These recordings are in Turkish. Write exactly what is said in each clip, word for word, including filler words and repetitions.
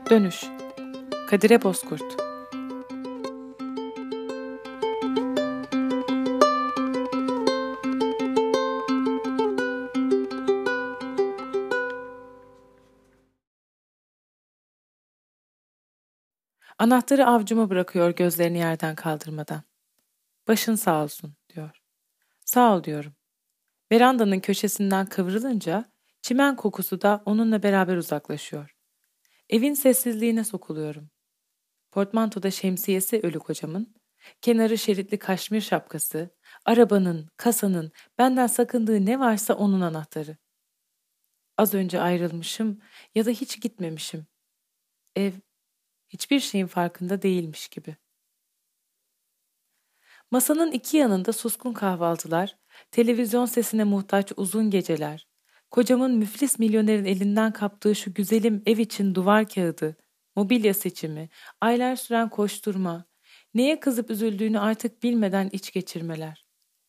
Dönüş. Kadire Bozkurt. Anahtarı avcuma bırakıyor gözlerini yerden kaldırmadan. Başın sağ olsun diyor. Sağ ol diyorum. Verandanın köşesinden kıvrılınca çimen kokusu da onunla beraber uzaklaşıyor. Evin sessizliğine sokuluyorum. Portmantoda şemsiyesi ölü kocamın, kenarı şeritli kaşmir şapkası, arabanın, kasanın, benden sakındığı ne varsa onun anahtarı. Az önce ayrılmışım ya da hiç gitmemişim. Ev hiçbir şeyin farkında değilmiş gibi. Masanın iki yanında suskun kahvaltılar, televizyon sesine muhtaç uzun geceler, kocamın müflis milyonerin elinden kaptığı şu güzelim ev için duvar kağıdı, mobilya seçimi, aylar süren koşturma, neye kızıp üzüldüğünü artık bilmeden iç geçirmeler.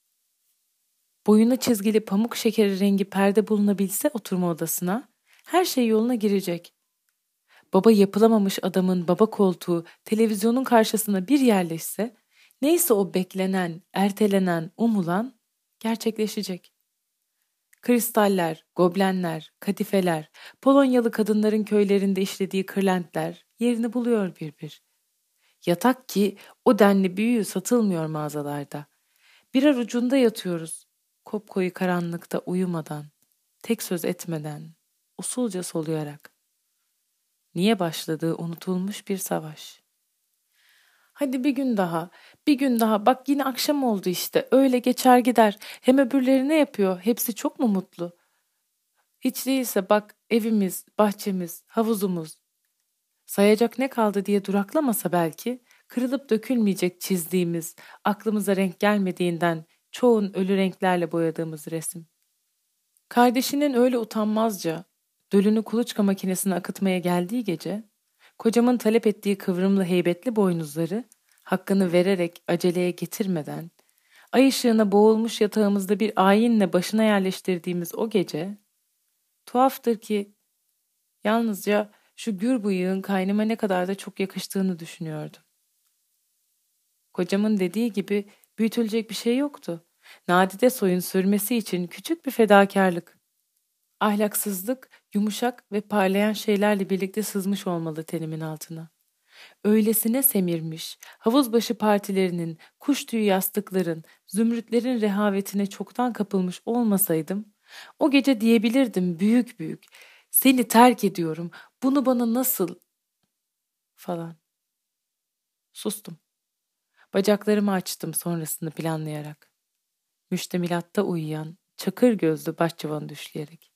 Boyuna çizgili pamuk şekeri rengi perde bulunabilse oturma odasına, her şey yoluna girecek. Baba yapılamamış adamın baba koltuğu televizyonun karşısına bir yerleşse, neyse o beklenen, ertelenen, umulan gerçekleşecek. Kristaller, goblenler, kadifeler, Polonyalı kadınların köylerinde işlediği kırlentler yerini buluyor bir bir. Yatak ki o denli büyüğü satılmıyor mağazalarda. Birer ucunda yatıyoruz. Kopkoyu karanlıkta uyumadan, tek söz etmeden, usulca soluyarak. Niye başladığı unutulmuş bir savaş. Hadi bir gün daha, bir gün daha, bak yine akşam oldu işte, öyle geçer gider. Hem öbürleri ne yapıyor, hepsi çok mu mutlu? Hiç değilse bak evimiz, bahçemiz, havuzumuz. Sayacak ne kaldı diye duraklamasa belki, kırılıp dökülmeyecek çizdiğimiz, aklımıza renk gelmediğinden çoğun ölü renklerle boyadığımız resim. Kardeşinin öyle utanmazca, dölünü kuluçka makinesine akıtmaya geldiği gece, kocamın talep ettiği kıvrımlı heybetli boynuzları, hakkını vererek aceleye getirmeden, ay ışığına boğulmuş yatağımızda bir ayinle başına yerleştirdiğimiz o gece, tuhaftır ki yalnızca şu gür bıyığın kaynıma ne kadar da çok yakıştığını düşünüyordum. Kocamın dediği gibi büyütülecek bir şey yoktu. Nadide soyun sürmesi için küçük bir fedakarlık. Ahlaksızlık, yumuşak ve parlayan şeylerle birlikte sızmış olmalı tenimin altına. Öylesine semirmiş, havuzbaşı partilerinin, kuş tüyü yastıkların, zümrütlerin rehavetine çoktan kapılmış olmasaydım, o gece diyebilirdim büyük büyük, seni terk ediyorum, bunu bana nasıl falan. Sustum. Bacaklarımı açtım sonrasını planlayarak. Müştemilatta uyuyan, çakır gözlü başçıvanı düşleyerek.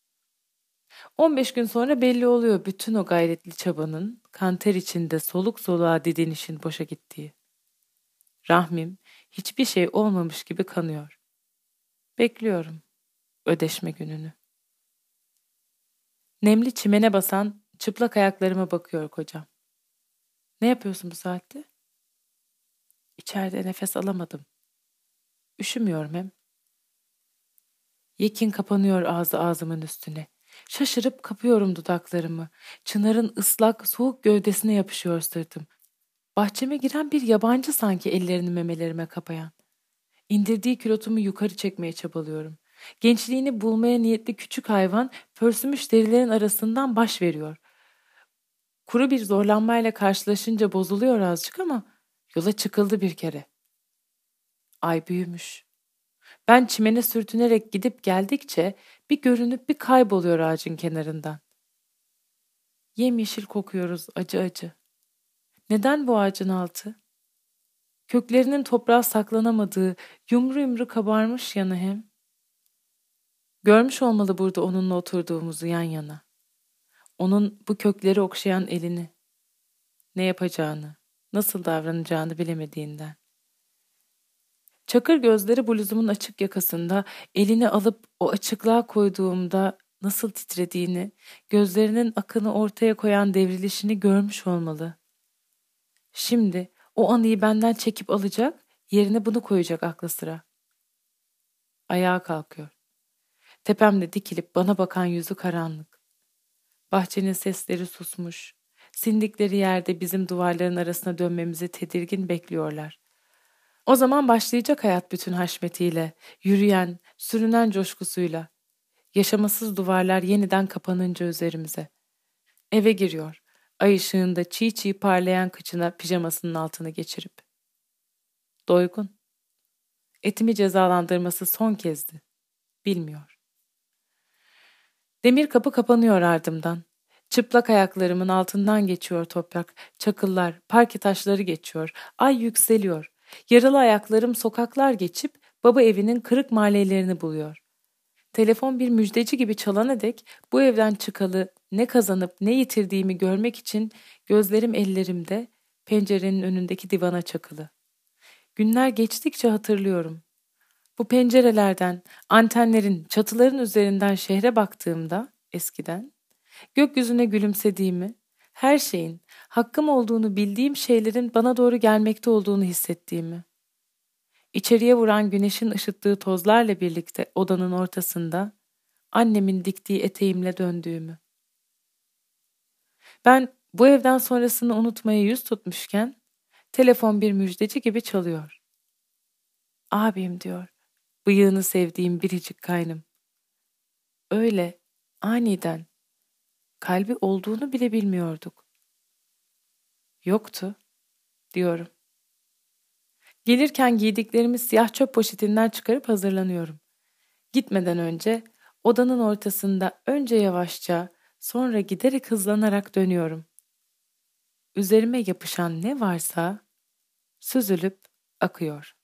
On beş gün sonra belli oluyor bütün o gayretli çabanın, kanter içinde soluk soluğa didinişin boşa gittiği. Rahmim hiçbir şey olmamış gibi kanıyor. Bekliyorum ödeşme gününü. Nemli çimene basan çıplak ayaklarıma bakıyor kocam. Ne yapıyorsun bu saatte? İçeride nefes alamadım. Üşümüyorum hem. Yekin kapanıyor ağzı ağzımın üstüne. Şaşırıp kapıyorum dudaklarımı. Çınarın ıslak, soğuk gövdesine yapışıyor sırtım. Bahçeme giren bir yabancı sanki ellerini memelerime kapayan. İndirdiği külotumu yukarı çekmeye çabalıyorum. Gençliğini bulmaya niyetli küçük hayvan pörsümüş derilerin arasından baş veriyor. Kuru bir zorlanmayla karşılaşınca bozuluyor azıcık ama yola çıkıldı bir kere. Ay büyümüş. Ben çimene sürtünerek gidip geldikçe bir görünüp bir kayboluyor ağacın kenarından. Yemyeşil kokuyoruz acı acı. Neden bu ağacın altı? Köklerinin toprağa saklanamadığı, yumru yumru kabarmış yanı hem. Görmüş olmalı burada onunla oturduğumuzu yan yana. Onun bu kökleri okşayan elini. Ne yapacağını, nasıl davranacağını bilemediğinden. Çakır gözleri bluzumun açık yakasında elini alıp o açıklığa koyduğumda nasıl titrediğini, gözlerinin akını ortaya koyan devrilişini görmüş olmalı. Şimdi o anıyı benden çekip alacak, yerine bunu koyacak aklı sıra. Ayağa kalkıyor. Tepemde dikilip bana bakan yüzü karanlık. Bahçenin sesleri susmuş. Sindikleri yerde bizim duvarların arasına dönmemizi tedirgin bekliyorlar. O zaman başlayacak hayat bütün haşmetiyle, yürüyen, sürünen coşkusuyla. Yaşamasız duvarlar yeniden kapanınca üzerimize. Eve giriyor, ay ışığında çiğ çiğ parlayan kıçına pijamasının altını geçirip. Doygun. Etimi cezalandırması son kezdi. Bilmiyor. Demir kapı kapanıyor ardımdan. Çıplak ayaklarımın altından geçiyor toprak, çakıllar, parke taşları geçiyor, ay yükseliyor. Yaralı ayaklarım sokaklar geçip baba evinin kırık mahallelerini buluyor. Telefon bir müjdeci gibi çalana dek bu evden çıkalı ne kazanıp ne yitirdiğimi görmek için gözlerim ellerimde, pencerenin önündeki divana çakılı. Günler geçtikçe hatırlıyorum. Bu pencerelerden, antenlerin, çatıların üzerinden şehre baktığımda eskiden, gökyüzüne gülümsediğimi, her şeyin, hakkım olduğunu bildiğim şeylerin bana doğru gelmekte olduğunu hissettiğimi, İçeriye vuran güneşin ışıttığı tozlarla birlikte odanın ortasında annemin diktiği eteğimle döndüğümü. Ben bu evden sonrasını unutmaya yüz tutmuşken telefon bir müjdeci gibi çalıyor. Abim diyor, bıyığını sevdiğim biricik kaynım. Öyle, aniden, kalbi olduğunu bile bilmiyorduk. Yoktu, diyorum. Gelirken giydiklerimi siyah çöp poşetinden çıkarıp hazırlanıyorum. Gitmeden önce odanın ortasında önce yavaşça, sonra giderek hızlanarak dönüyorum. Üzerime yapışan ne varsa süzülüp akıyor.